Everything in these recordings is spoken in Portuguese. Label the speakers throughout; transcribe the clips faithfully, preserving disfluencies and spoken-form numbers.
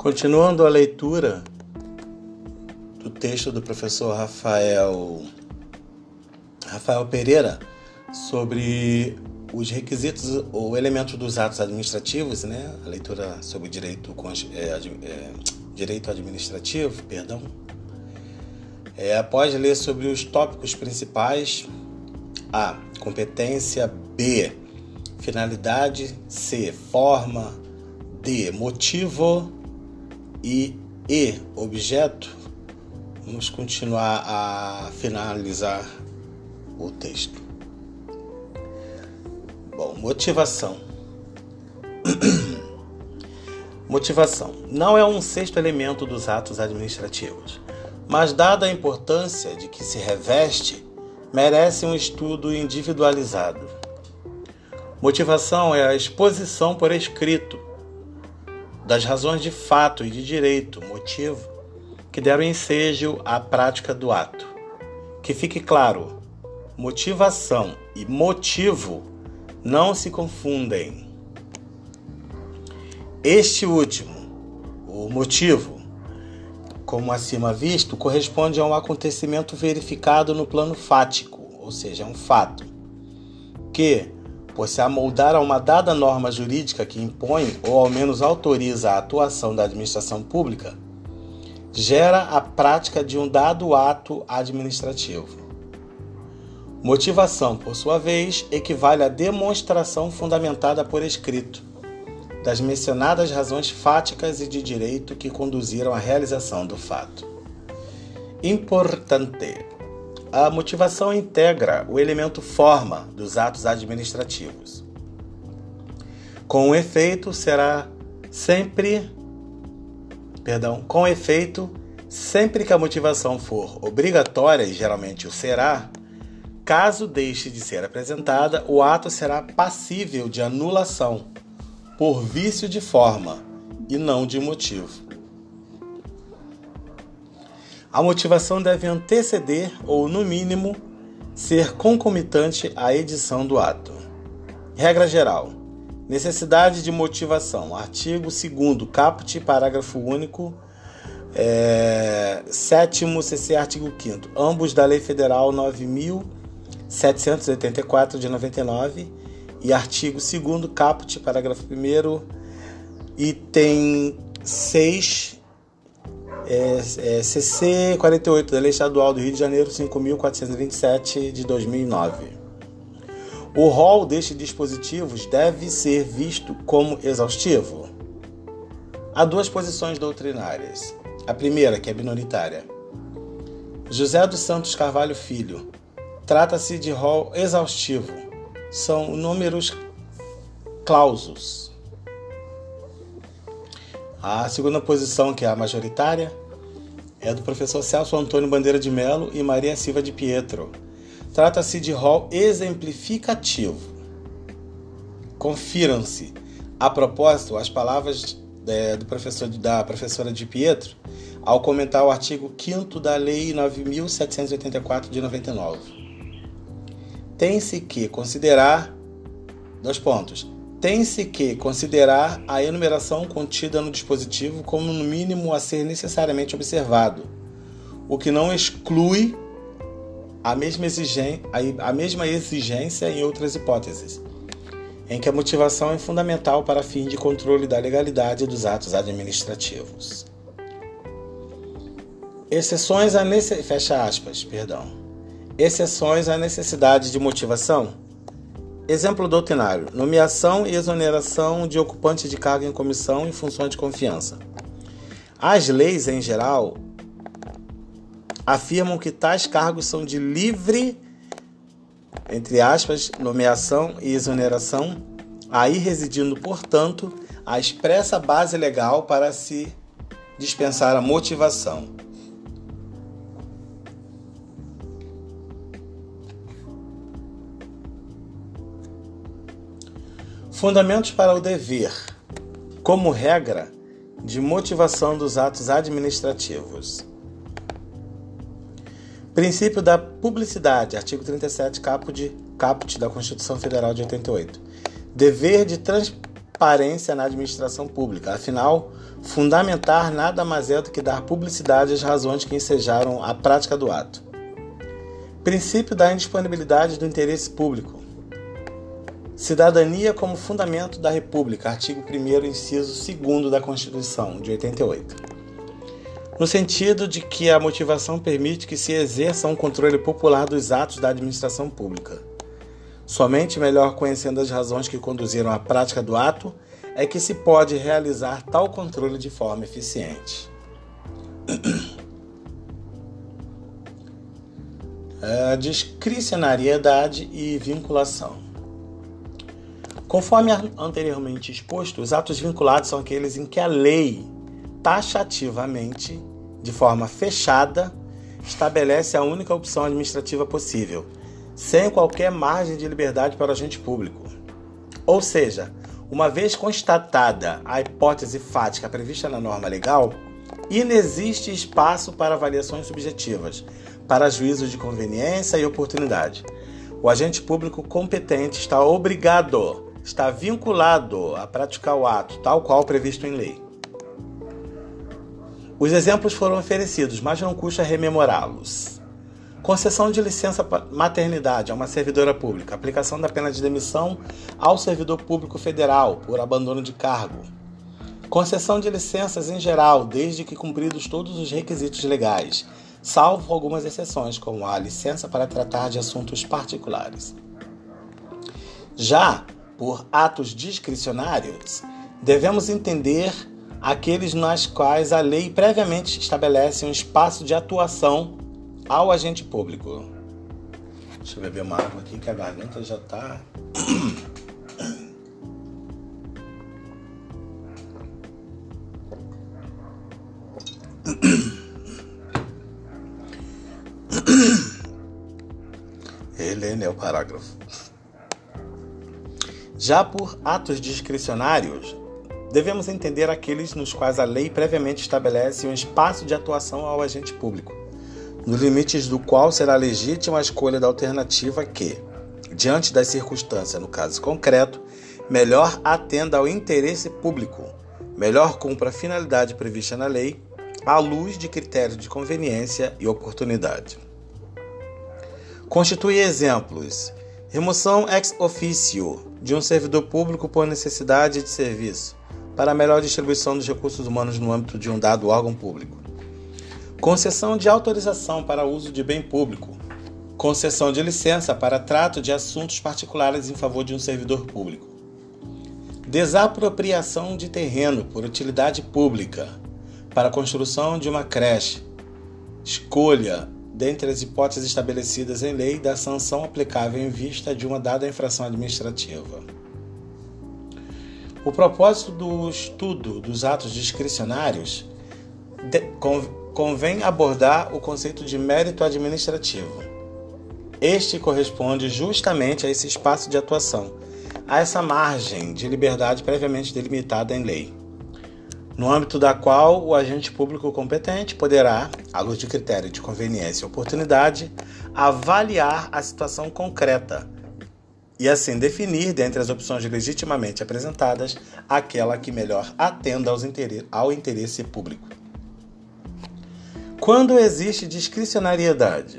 Speaker 1: Continuando a leitura do texto do professor Rafael, Rafael Pereira sobre os requisitos ou elementos dos atos administrativos, né? A leitura sobre direito, é, é, direito administrativo, perdão. É, após ler sobre os tópicos principais: A. Competência. B. Finalidade. C. Forma. D. Motivo. E E. Objeto. Vamos continuar a finalizar o texto. Bom, motivação. Motivação não é um sexto elemento dos atos administrativos, mas, dada a importância de que se reveste, merece um estudo individualizado. Motivação é a exposição por escrito das razões de fato e de direito, motivo, que deram ensejo à prática do ato. Que fique claro, motivação e motivo não se confundem. Este último, o motivo, como acima visto, corresponde a um acontecimento verificado no plano fático, ou seja, é um fato, que, por se amoldar a uma dada norma jurídica que impõe ou ao menos autoriza a atuação da administração pública, gera a prática de um dado ato administrativo. Motivação, por sua vez, equivale à demonstração fundamentada por escrito das mencionadas razões fáticas e de direito que conduziram à realização do fato. Importante: a motivação integra o elemento forma dos atos administrativos. Com efeito, será sempre, perdão, com efeito, sempre que a motivação for obrigatória, e geralmente o será, caso deixe de ser apresentada, o ato será passível de anulação por vício de forma e não de motivo. A motivação deve anteceder ou, no mínimo, ser concomitante à edição do ato. Regra geral: necessidade de motivação. Artigo segundo, caput, parágrafo único, é, sétimo C C, artigo quinto, ambos da Lei Federal nove mil setecentos e oitenta e quatro, de noventa e nove, e artigo segundo, caput, parágrafo primeiro, item seis, É, é, C C quarenta e oito da Lei Estadual do Rio de Janeiro cinco mil quatrocentos e vinte e sete, de dois mil e nove. O rol destes dispositivos deve ser visto como exaustivo. Há duas posições doutrinárias. A primeira, que é minoritária. José dos Santos Carvalho Filho. Trata-se de rol exaustivo. São números clausos. A segunda posição, que é a majoritária, é do professor Celso Antônio Bandeira de Melo e Maria Silva de Pietro. Trata-se de rol exemplificativo. Confiram-se, a propósito, as palavras é, do professor, da professora de Pietro ao comentar o artigo quinto da Lei nove mil setecentos e oitenta e quatro, de noventa e nove. Tem-se que considerar, dois pontos, Tem-se que considerar a enumeração contida no dispositivo como no mínimo a ser necessariamente observado, o que não exclui a mesma exigência, a mesma exigência em outras hipóteses, em que a motivação é fundamental para fim de controle da legalidade dos atos administrativos. Exceções à nece... Fecha aspas, perdão. Exceções à necessidade de motivação. Exemplo doutrinário: nomeação e exoneração de ocupante de cargo em comissão em funções de confiança. As leis, em geral, afirmam que tais cargos são de livre, entre aspas, nomeação e exoneração, aí residindo, portanto, a expressa base legal para se dispensar a motivação. Fundamentos para o dever, como regra, de motivação dos atos administrativos. Princípio da publicidade, artigo trinta e sete, caput, caput da Constituição Federal de oitenta e oito. Dever de trans, transparência na administração pública. Afinal, fundamentar nada mais é do que dar publicidade às razões que ensejaram a prática do ato. Princípio da indisponibilidade do interesse público. Cidadania como fundamento da República, artigo primeiro, inciso segundo da Constituição, de oitenta e oito. No sentido de que a motivação permite que se exerça um controle popular dos atos da administração pública. Somente melhor conhecendo as razões que conduziram à prática do ato é que se pode realizar tal controle de forma eficiente. A discricionariedade e vinculação. Conforme anteriormente exposto, os atos vinculados são aqueles em que a lei, taxativamente, de forma fechada, estabelece a única opção administrativa possível, sem qualquer margem de liberdade para o agente público. Ou seja, uma vez constatada a hipótese fática prevista na norma legal, inexiste espaço para avaliações subjetivas, para juízos de conveniência e oportunidade. O agente público competente está obrigado, está vinculado a praticar o ato, tal qual previsto em lei. Os exemplos foram oferecidos, mas não custa rememorá-los. Concessão de licença maternidade a uma servidora pública, aplicação da pena de demissão ao servidor público federal por abandono de cargo. Concessão de licenças em geral, desde que cumpridos todos os requisitos legais, salvo algumas exceções, como a licença para tratar de assuntos particulares. Já por atos discricionários, devemos entender aqueles nas quais a lei previamente estabelece um espaço de atuação ao agente público. Deixa eu beber uma água aqui que a garganta já está... Ele é o parágrafo. Já por atos discricionários, devemos entender aqueles nos quais a lei previamente estabelece um espaço de atuação ao agente público, nos limites do qual será legítima a escolha da alternativa que, diante das circunstâncias no caso concreto, melhor atenda ao interesse público, melhor cumpra a finalidade prevista na lei, à luz de critérios de conveniência e oportunidade. Constitui exemplos: remoção ex officio de um servidor público por necessidade de serviço, para a melhor distribuição dos recursos humanos no âmbito de um dado órgão público. Concessão de autorização para uso de bem público. Concessão de licença para trato de assuntos particulares em favor de um servidor público. Desapropriação de terreno por utilidade pública para a construção de uma creche. Escolha, dentre as hipóteses estabelecidas em lei, da sanção aplicável em vista de uma dada infração administrativa. O propósito do estudo dos atos discricionários de, convém abordar o conceito de mérito administrativo. Este corresponde justamente a esse espaço de atuação, a essa margem de liberdade previamente delimitada em lei, no âmbito da qual o agente público competente poderá, à luz de critério de conveniência e oportunidade, avaliar a situação concreta e assim definir, dentre as opções legitimamente apresentadas, aquela que melhor atenda aos inter... ao interesse público. Quando existe discricionariedade,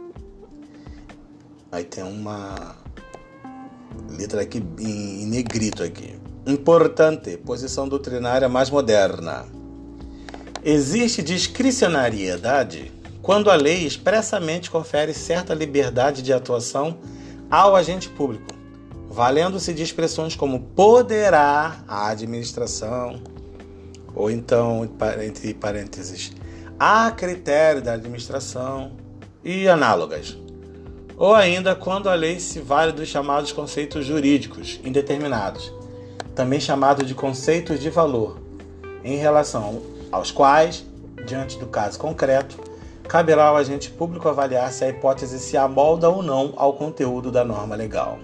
Speaker 1: aí tem uma letra aqui em negrito aqui. Importante, posição doutrinária mais moderna. Existe discricionariedade quando a lei expressamente confere certa liberdade de atuação ao agente público, valendo-se de expressões como poderá a administração, ou então, entre parênteses, a critério da administração e análogas. Ou ainda quando a lei se vale dos chamados conceitos jurídicos indeterminados, também chamado de conceitos de valor, em relação aos quais, diante do caso concreto, caberá ao agente público avaliar se a hipótese se amolda ou não ao conteúdo da norma legal.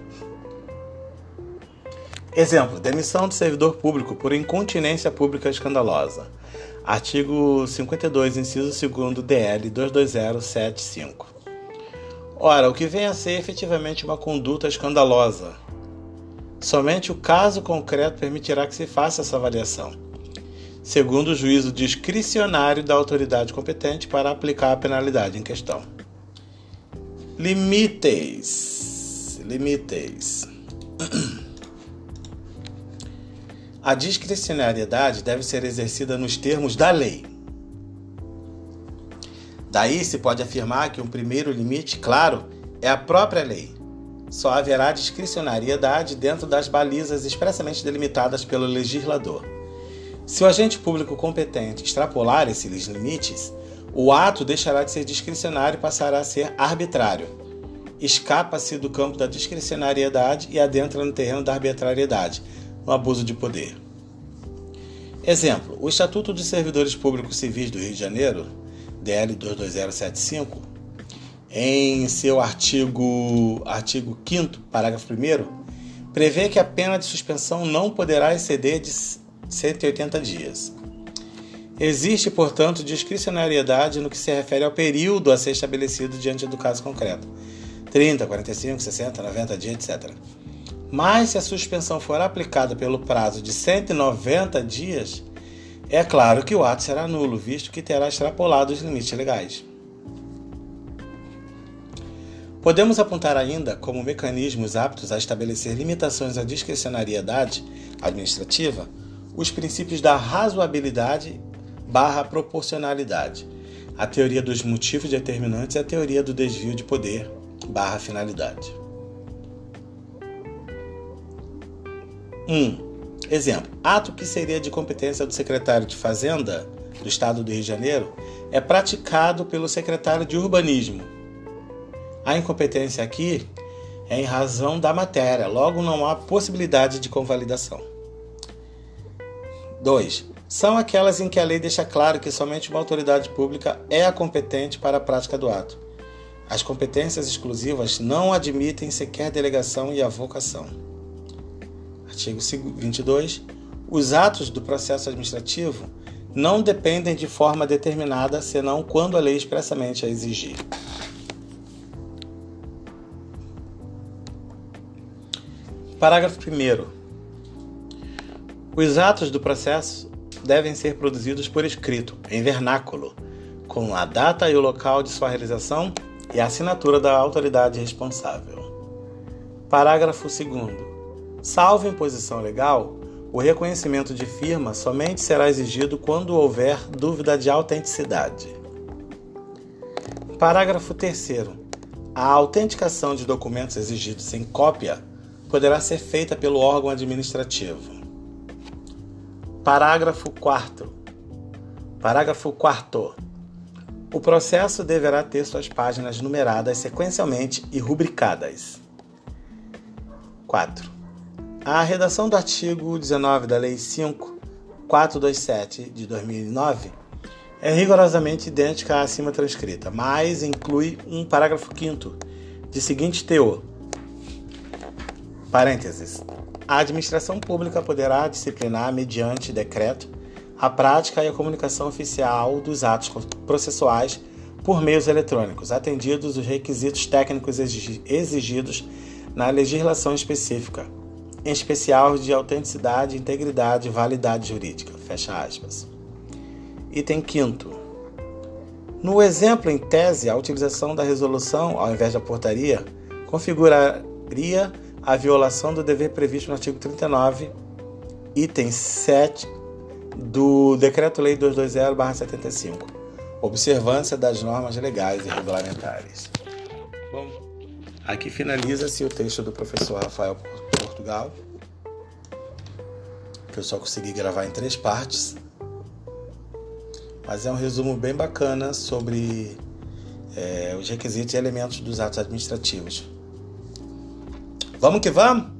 Speaker 1: Exemplo: demissão do servidor público por incontinência pública escandalosa. Artigo cinquenta e dois, inciso segundo, D L dois dois zero sete cinco. Ora, o que vem a ser efetivamente uma conduta escandalosa Somente o caso concreto permitirá que se faça essa avaliação, segundo o juízo discricionário da autoridade competente para aplicar a penalidade em questão. Limites. Limites. A discricionariedade deve ser exercida nos termos da lei. Daí se pode afirmar que um primeiro limite, claro, é a própria lei. Só haverá discricionariedade dentro das balizas expressamente delimitadas pelo legislador. Se o agente público competente extrapolar esses limites, o ato deixará de ser discricionário e passará a ser arbitrário. Escapa-se do campo da discricionariedade e adentra no terreno da arbitrariedade, no abuso de poder. Exemplo, o Estatuto dos Servidores Públicos Civis do Rio de Janeiro, D L dois dois zero sete cinco, em seu artigo, artigo quinto, parágrafo primeiro, prevê que a pena de suspensão não poderá exceder de cento e oitenta dias. Existe, portanto, discricionariedade no que se refere ao período a ser estabelecido diante do caso concreto, trinta, quarenta e cinco, sessenta, noventa dias, etcétera. Mas se a suspensão for aplicada pelo prazo de cento e noventa dias, é claro que o ato será nulo, visto que terá extrapolado os limites legais. Podemos apontar ainda como mecanismos aptos a estabelecer limitações à discricionariedade administrativa os princípios da razoabilidade barra proporcionalidade, a teoria dos motivos determinantes e a teoria do desvio de poder barra finalidade. um. Exemplo. Ato que seria de competência do secretário de Fazenda do Estado do Rio de Janeiro é praticado pelo secretário de Urbanismo. A incompetência aqui é em razão da matéria, logo não há possibilidade de convalidação. dois. São aquelas em que a lei deixa claro que somente uma autoridade pública é a competente para a prática do ato. As competências exclusivas não admitem sequer delegação e avocação. Artigo vinte e dois. Os atos do processo administrativo não dependem de forma determinada, senão quando a lei expressamente a exigir. Parágrafo primeiro. Os atos do processo devem ser produzidos por escrito, em vernáculo, com a data e o local de sua realização e a assinatura da autoridade responsável. Parágrafo segundo. Salvo imposição legal, o reconhecimento de firma somente será exigido quando houver dúvida de autenticidade. Parágrafo terceiro. A autenticação de documentos exigidos em cópia poderá ser feita pelo órgão administrativo. Parágrafo quarto. Parágrafo quarto. O processo deverá ter suas páginas numeradas sequencialmente e rubricadas. quatro. A redação do artigo dezenove da Lei cinco mil quatrocentos e vinte e sete de dois mil e nove é rigorosamente idêntica à acima transcrita, mas inclui um parágrafo quinto de seguinte teor. Parênteses. A administração pública poderá disciplinar, mediante decreto, a prática e a comunicação oficial dos atos processuais por meios eletrônicos, atendidos os requisitos técnicos exigidos na legislação específica, em especial de autenticidade, integridade e validade jurídica. Fecha aspas. Item quinto. No exemplo em tese, a utilização da resolução, ao invés da portaria, configuraria a violação do dever previsto no artigo trinta e nove, item sete do Decreto-Lei duzentos e vinte barra setenta e cinco, observância das normas legais e regulamentares. Bom, aqui finaliza-se o texto do professor Rafael Portugal, que eu só consegui gravar em três partes, mas é um resumo bem bacana sobre é, os requisitos e elementos dos atos administrativos. Vamos que vamos?